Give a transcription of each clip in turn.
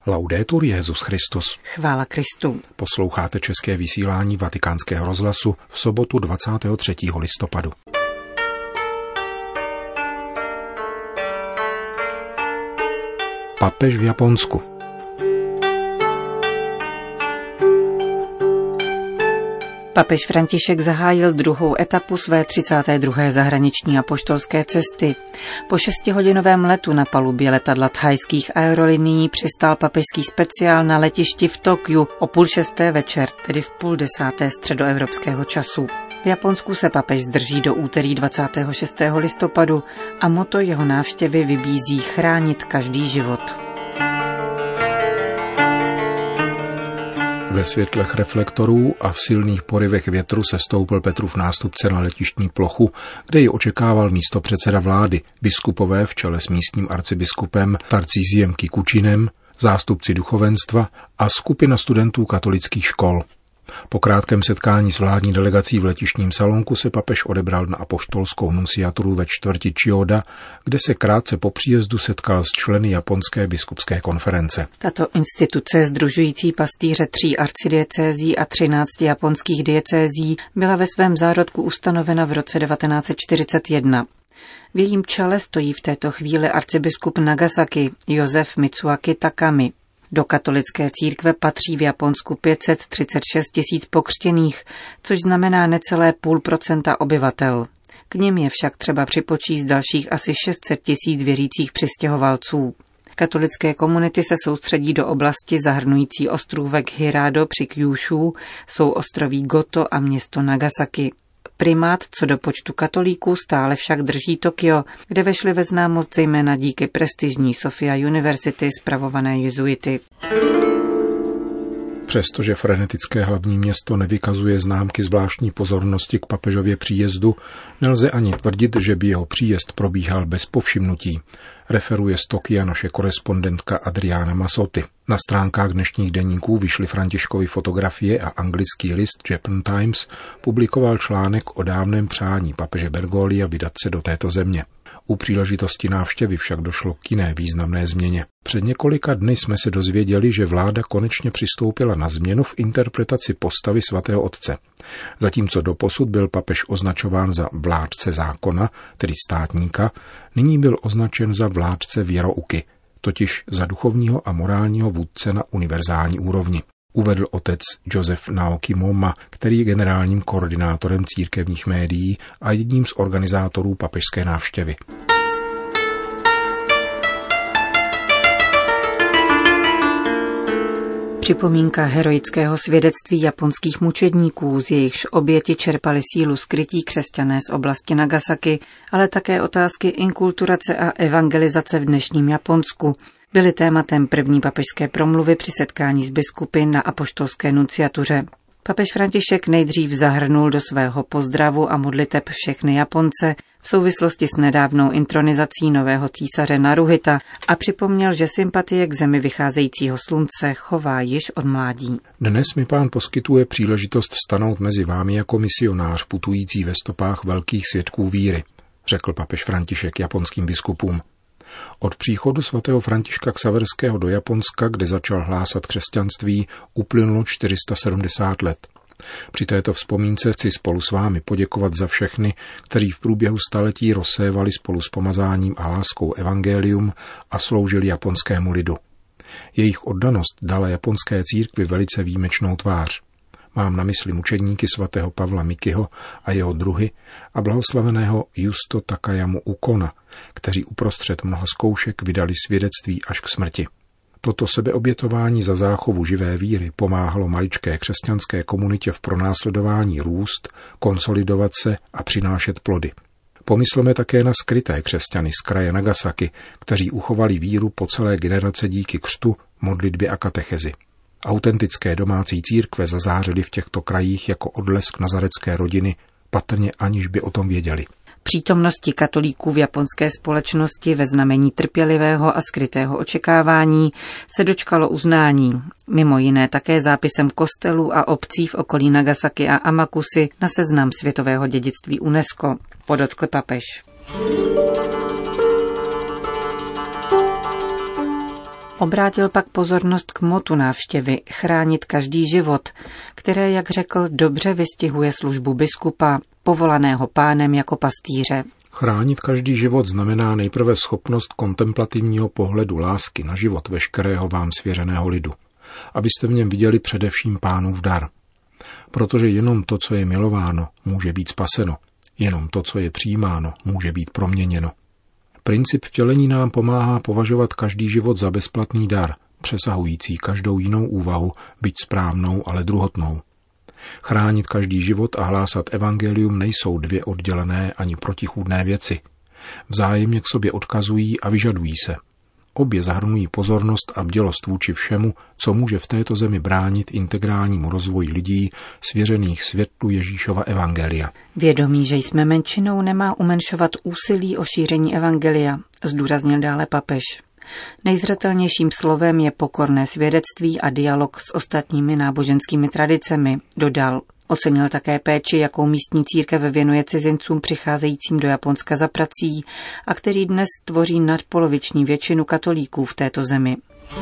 Laudetur Jesus Christus. Chvála Kristu. Posloucháte české vysílání Vatikánského rozhlasu v sobotu 23. listopadu. Papež v Japonsku. Papež František zahájil druhou etapu své 32. zahraniční apoštolské cesty. Po 6hodinovém letu na palubě letadla thajských aerolinií přistál papežský speciál na letišti v Tokiu o 5:30 večer, tedy v 9:30 středoevropského času. V Japonsku se papež zdrží do úterý 26. listopadu a motto jeho návštěvy vybízí chránit každý život. Ve světlech reflektorů a v silných porivech větru se stoupil Petrův nástupce na letištní plochu, kde ji očekával místopředseda vlády, biskupové v čele s místním arcibiskupem Tarcísiem Kikučinem, zástupci duchovenstva a skupina studentů katolických škol. Po krátkém setkání s vládní delegací v letištním salonku se papež odebral na apoštolskou nunciaturu ve čtvrti Chiyoda, kde se krátce po příjezdu setkal s členy japonské biskupské konference. Tato instituce sdružující pastýře 3 arcidiecézí a 13 japonských diecézí byla ve svém zárodku ustanovena v roce 1941. V jejím čele stojí v této chvíli arcibiskup Nagasaki Josef Mitsuaki Takami. Do katolické církve patří v Japonsku 536 000 pokřtěných, což znamená necelé 0,5% obyvatel. K nim je však třeba připočíst dalších asi 600 000 věřících přistěhovalců. Katolické komunity se soustředí do oblasti zahrnující ostrůvek Hirado při Kyushu, jsou ostroví Goto a město Nagasaki. Primát co do počtu katolíků stále však drží Tokio, kde vešly ve známost zejména díky prestižní Sophia University spravované jezuity. Přestože frenetické hlavní město nevykazuje známky zvláštní pozornosti k papežově příjezdu, nelze ani tvrdit, že by jeho příjezd probíhal bez povšimnutí, referuje z Tokia naše korespondentka Adriana Masoty. Na stránkách dnešních deníků vyšly Františkovy fotografie a anglický list Japan Times publikoval článek o dávném přání papeže Bergoglio vydat se do této země. U příležitosti návštěvy však došlo k jiné významné změně. Před několika dny jsme se dozvěděli, že vláda konečně přistoupila na změnu v interpretaci postavy svatého otce. Zatímco doposud byl papež označován za vládce zákona, tedy státníka, nyní byl označen za vládce věrouky, totiž za duchovního a morálního vůdce na univerzální úrovni, uvedl otec Joseph Naoki Moma, který je generálním koordinátorem církevních médií a jedním z organizátorů papežské návštěvy. Připomínka heroického svědectví japonských mučedníků, z jejichž oběti čerpali sílu skrytí křesťané z oblasti Nagasaki, ale také otázky inkulturace a evangelizace v dnešním Japonsku, byly tématem první papežské promluvy při setkání s biskupy na apoštolské nunciatuře. Papež František nejdřív zahrnul do svého pozdravu a modliteb všechny Japonce v souvislosti s nedávnou intronizací nového císaře Naruhita a připomněl, že sympatie k zemi vycházejícího slunce chová již od mládí. Dnes mi Pán poskytuje příležitost stanout mezi vámi jako misionář putující ve stopách velkých svědků víry, řekl papež František japonským biskupům. Od příchodu svatého Františka Xaverského do Japonska, kde začal hlásat křesťanství, uplynulo 470 let. Při této vzpomínce chci spolu s vámi poděkovat za všechny, kteří v průběhu staletí rozsévali spolu s pomazáním a láskou evangelium a sloužili japonskému lidu. Jejich oddanost dala japonské církvi velice výjimečnou tvář. Mám na mysli mučedníky svatého Pavla Mikiho a jeho druhy a blahoslaveného Justo Takayamu Ukona, kteří uprostřed mnoha zkoušek vydali svědectví až k smrti. Toto sebeobětování za záchovu živé víry pomáhalo maličké křesťanské komunitě v pronásledování růst, konsolidovat se a přinášet plody. Pomysleme také na skryté křesťany z kraje Nagasaki, kteří uchovali víru po celé generace díky křtu, modlitbě a katechezi. Autentické domácí církve zazářily v těchto krajích jako odlesk nazarecké rodiny, patrně aniž by o tom věděli. Přítomnosti katolíků v japonské společnosti ve znamení trpělivého a skrytého očekávání se dočkalo uznání, mimo jiné také zápisem kostelů a obcí v okolí Nagasaki a Amakusy na seznam světového dědictví UNESCO, podotkl papež. Obrátil pak pozornost k motu návštěvy chránit každý život, které, jak řekl, dobře vystihuje službu biskupa, povolaného Pánem jako pastýře. Chránit každý život znamená nejprve schopnost kontemplativního pohledu lásky na život veškerého vám svěřeného lidu, abyste v něm viděli především Pánův dar. Protože jenom to, co je milováno, může být spaseno, jenom to, co je přijímáno, může být proměněno. Princip vtělení nám pomáhá považovat každý život za bezplatný dar, přesahující každou jinou úvahu, byť správnou, ale druhotnou. Chránit každý život a hlásat evangelium nejsou dvě oddělené ani protichůdné věci. Vzájemně k sobě odkazují a vyžadují se. Obě zahrnují pozornost a bdělost vůči všemu, co může v této zemi bránit integrálnímu rozvoji lidí svěřených světlu Ježíšova evangelia. Vědomí, že jsme menšinou, nemá umenšovat úsilí o šíření evangelia, zdůraznil dále papež. Nejzřetelnějším slovem je pokorné svědectví a dialog s ostatními náboženskými tradicemi, dodal. Ocenil také péči, jakou místní církev věnuje cizincům přicházejícím do Japonska za prací a který dnes tvoří nadpoloviční většinu katolíků v této zemi.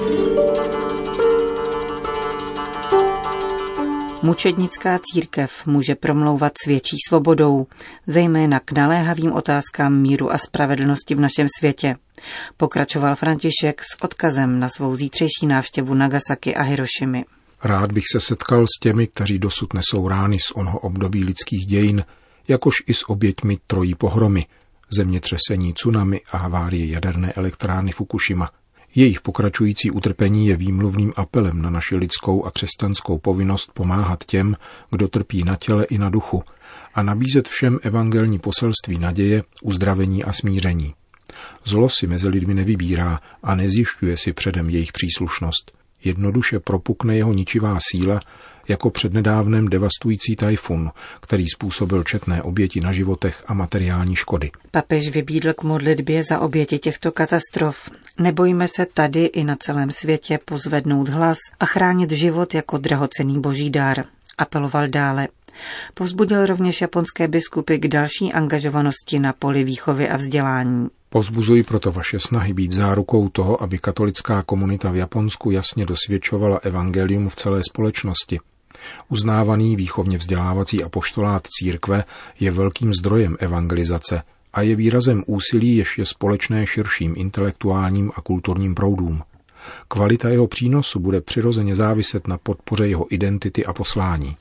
Mučednická církev může promlouvat s větší svobodou, zejména k naléhavým otázkám míru a spravedlnosti v našem světě. Pokračoval František s odkazem na svou zítřejší návštěvu Nagasaki a Hirošimy. Rád bych se setkal s těmi, kteří dosud nesou rány z onoho období lidských dějin, jakož i s oběťmi trojí pohromy, zemětřesení, tsunami a havárie jaderné elektrárny Fukushima. Jejich pokračující utrpení je výmluvným apelem na naši lidskou a křesťanskou povinnost pomáhat těm, kdo trpí na těle i na duchu, a nabízet všem evangelní poselství naděje, uzdravení a smíření. Zlo si mezi lidmi nevybírá a nezjišťuje si předem jejich příslušnost. Jednoduše propukne jeho ničivá síla, jako přednedávnem devastující tajfun, který způsobil četné oběti na životech a materiální škody. Papež vybídl k modlitbě za oběti těchto katastrof. Nebojme se tady i na celém světě pozvednout hlas a chránit život jako drahocenný boží dar, apeloval dále. Povzbudil rovněž japonské biskupy k další angažovanosti na poli výchovy a vzdělání. Povzbuzuji proto vaše snahy být zárukou toho, aby katolická komunita v Japonsku jasně dosvědčovala evangelium v celé společnosti. Uznávaný výchovně vzdělávací apoštolát církve je velkým zdrojem evangelizace a je výrazem úsilí, jež je společné širším intelektuálním a kulturním proudům. Kvalita jeho přínosu bude přirozeně záviset na podpoře jeho identity a poslání.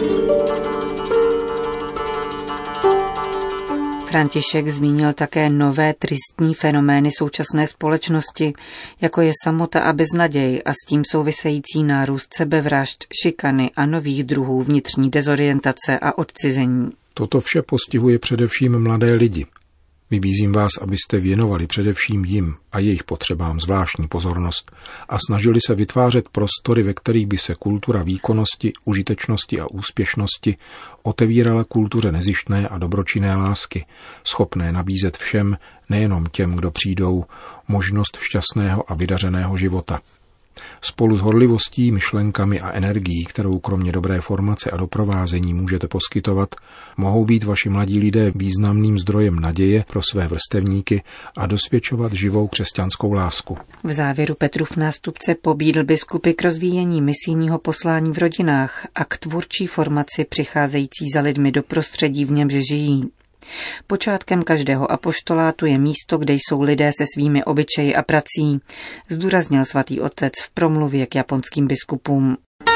František zmínil také nové tristní fenomény současné společnosti, jako je samota a beznaděj a s tím související nárůst sebevražd, šikany a nových druhů vnitřní dezorientace a odcizení. Toto vše postihuje především mladé lidi. Vybízím vás, abyste věnovali především jim a jejich potřebám zvláštní pozornost a snažili se vytvářet prostory, ve kterých by se kultura výkonnosti, užitečnosti a úspěšnosti otevírala kultuře nezištné a dobročinné lásky, schopné nabízet všem, nejenom těm, kdo přijdou, možnost šťastného a vydařeného života. Spolu s horlivostí, myšlenkami a energií, kterou kromě dobré formace a doprovázení můžete poskytovat, mohou být vaši mladí lidé významným zdrojem naděje pro své vrstevníky a dosvědčovat živou křesťanskou lásku. V závěru Petrův nástupce pobídl biskupy k rozvíjení misijního poslání v rodinách a k tvůrčí formaci přicházející za lidmi do prostředí, v němž žijí. Počátkem každého apoštolátu je místo, kde jsou lidé se svými obyčeji a prací, zdůraznil svatý otec v promluvě k japonským biskupům.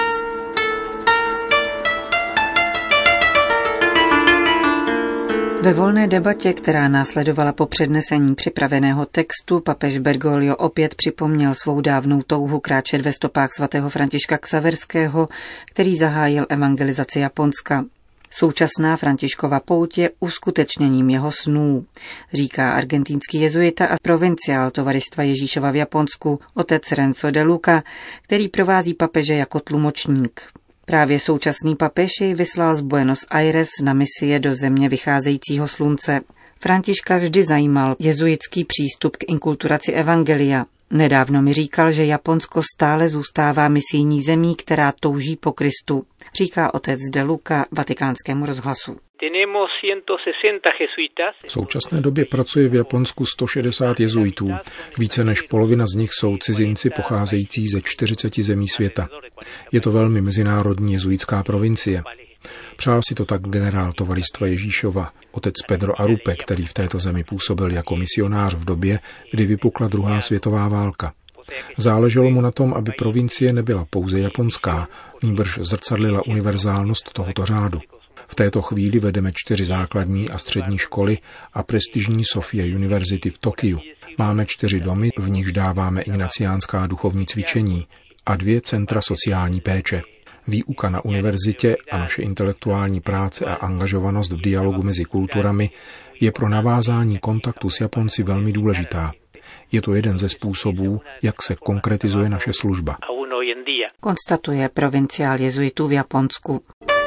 Ve volné debatě, která následovala po přednesení připraveného textu, papež Bergoglio opět připomněl svou dávnou touhu kráčet ve stopách svatého Františka Xaverského, který zahájil evangelizaci Japonska. Současná Františkova pouť je uskutečněním jeho snů, říká argentinský jezuita a provinciál Tovaristva Ježíšova v Japonsku, otec Renzo de Luca, který provází papeže jako tlumočník. Právě současný papež jej vyslal z Buenos Aires na misie do země vycházejícího slunce. Františka vždy zajímal jezuitský přístup k inkulturaci evangelia. Nedávno mi říkal, že Japonsko stále zůstává misijní zemí, která touží po Kristu, říká otec de Luca Vatikánskému rozhlasu. V současné době pracuje v Japonsku 160 jezuitů. Více než polovina z nich jsou cizinci pocházející ze 40 zemí světa. Je to velmi mezinárodní jezuitská provincie. Přál si to tak generál Tovaristva Ježíšova, otec Pedro Arupe, který v této zemi působil jako misionář v době, kdy vypukla druhá světová válka. Záleželo mu na tom, aby provincie nebyla pouze japonská, nýbrž zrcadlila univerzálnost tohoto řádu. V této chvíli vedeme 4 základní a střední školy a prestižní Sophia University v Tokiu. Máme 4 domy, v nichž dáváme ignaciánská duchovní cvičení a 2 centra sociální péče. Výuka na univerzitě a naše intelektuální práce a angažovanost v dialogu mezi kulturami je pro navázání kontaktu s Japonci velmi důležitá. Je to jeden ze způsobů, jak se konkretizuje naše služba. Konstatuje provinciál jezuitů v Japonsku.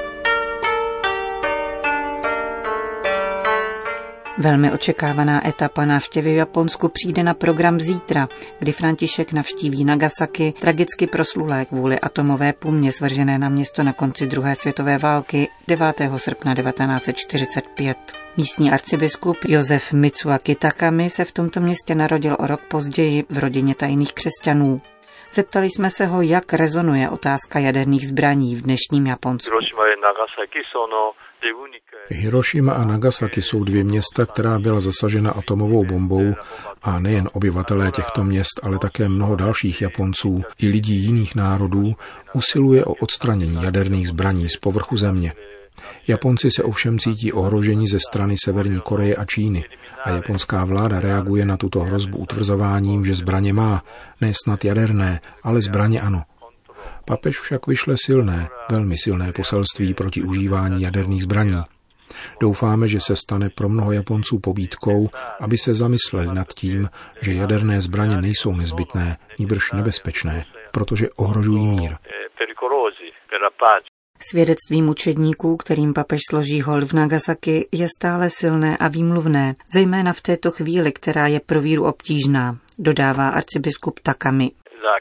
Velmi očekávaná etapa návštěvy v Japonsku přijde na program zítra, kdy František navštíví Nagasaki, tragicky proslulé kvůli atomové pumě svržené na město na konci druhé světové války 9. srpna 1945. Místní arcibiskup Josef Mitsuaki Takami se v tomto městě narodil o rok později v rodině tajných křesťanů. Zeptali jsme se ho, jak rezonuje otázka jaderných zbraní v dnešním Japonsku. Hirošima a Nagasaki jsou 2 města, která byla zasažena atomovou bombou a nejen obyvatelé těchto měst, ale také mnoho dalších Japonců i lidí jiných národů usiluje o odstranění jaderných zbraní z povrchu země. Japonci se ovšem cítí ohroženi ze strany Severní Koreje a Číny a japonská vláda reaguje na tuto hrozbu utvrzováním, že zbraně má, ne snad jaderné, ale zbraně ano. Papež však vyšle silné, velmi silné poselství proti užívání jaderných zbraní. Doufáme, že se stane pro mnoho Japonců pobídkou, aby se zamysleli nad tím, že jaderné zbraně nejsou nezbytné, nýbrž nebezpečné, protože ohrožují mír. Svědectví mučedníků, kterým papež složí hold v Nagasaki, je stále silné a výmluvné, zejména v této chvíli, která je pro víru obtížná, dodává arcibiskup Takami.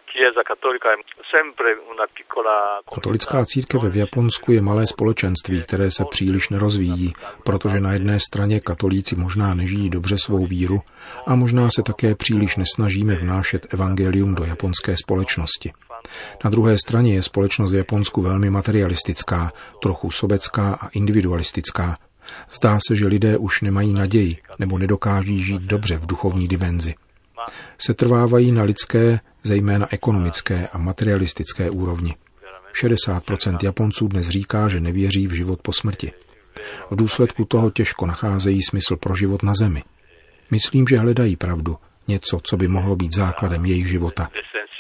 Katolická církev v Japonsku je malé společenství, které se příliš nerozvíjí, protože na jedné straně katolíci možná nežijí dobře svou víru a možná se také příliš nesnažíme vnášet evangelium do japonské společnosti. Na druhé straně je společnost v Japonsku velmi materialistická, trochu sobecká a individualistická. Zdá se, že lidé už nemají naději nebo nedokáží žít dobře v duchovní dimenzi. Setrvávají na lidské, zejména ekonomické a materialistické úrovni. 60% Japonců dnes říká, že nevěří v život po smrti. V důsledku toho těžko nacházejí smysl pro život na zemi. Myslím, že hledají pravdu, něco, co by mohlo být základem jejich života.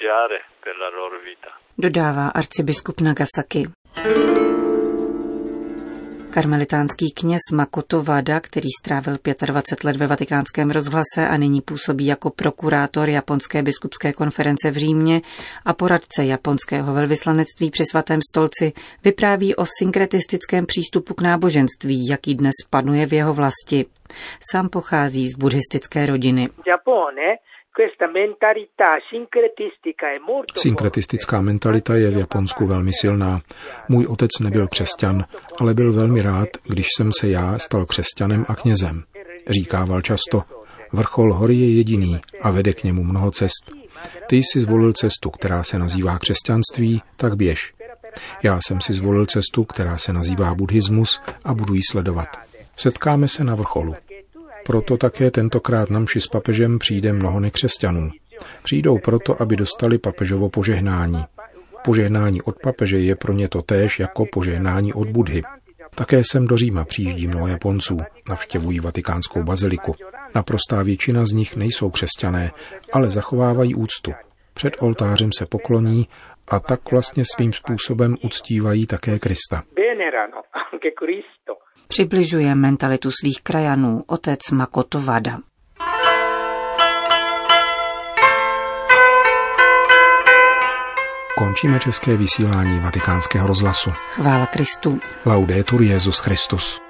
Dodává arcibiskup Nagasaki. Karmelitánský kněz Makoto Wada, který strávil 25 let ve Vatikánském rozhlase a nyní působí jako prokurátor Japonské biskupské konference v Římě a poradce japonského velvyslanectví při Svatém stolci, vypráví o synkretistickém přístupu k náboženství, jaký dnes panuje v jeho vlasti. Sám pochází z buddhistické rodiny. Synkretistická mentalita je v Japonsku velmi silná. Můj otec nebyl křesťan, ale byl velmi rád, když jsem se já stal křesťanem a knězem. Říkával často, vrchol hory je jediný a vede k němu mnoho cest. Ty jsi zvolil cestu, která se nazývá křesťanství, tak běž. Já jsem si zvolil cestu, která se nazývá buddhismus a budu ji sledovat. Setkáme se na vrcholu. Proto také tentokrát na mši s papežem přijde mnoho nekřesťanů. Přijdou proto, aby dostali papežovo požehnání. Požehnání od papeže je pro ně totéž jako požehnání od Buddhy. Také sem do Říma přijíždí mnoho Japonců, navštěvují Vatikánskou baziliku. Naprostá většina z nich nejsou křesťané, ale zachovávají úctu. Před oltářem se pokloní a tak vlastně svým způsobem uctívají také Krista. Přibližuje mentalitu svých krajanů otec Makoto Wada. Končíme české vysílání Vatikánského rozhlasu. Chvála Kristu. Laudetur Jesus Christus.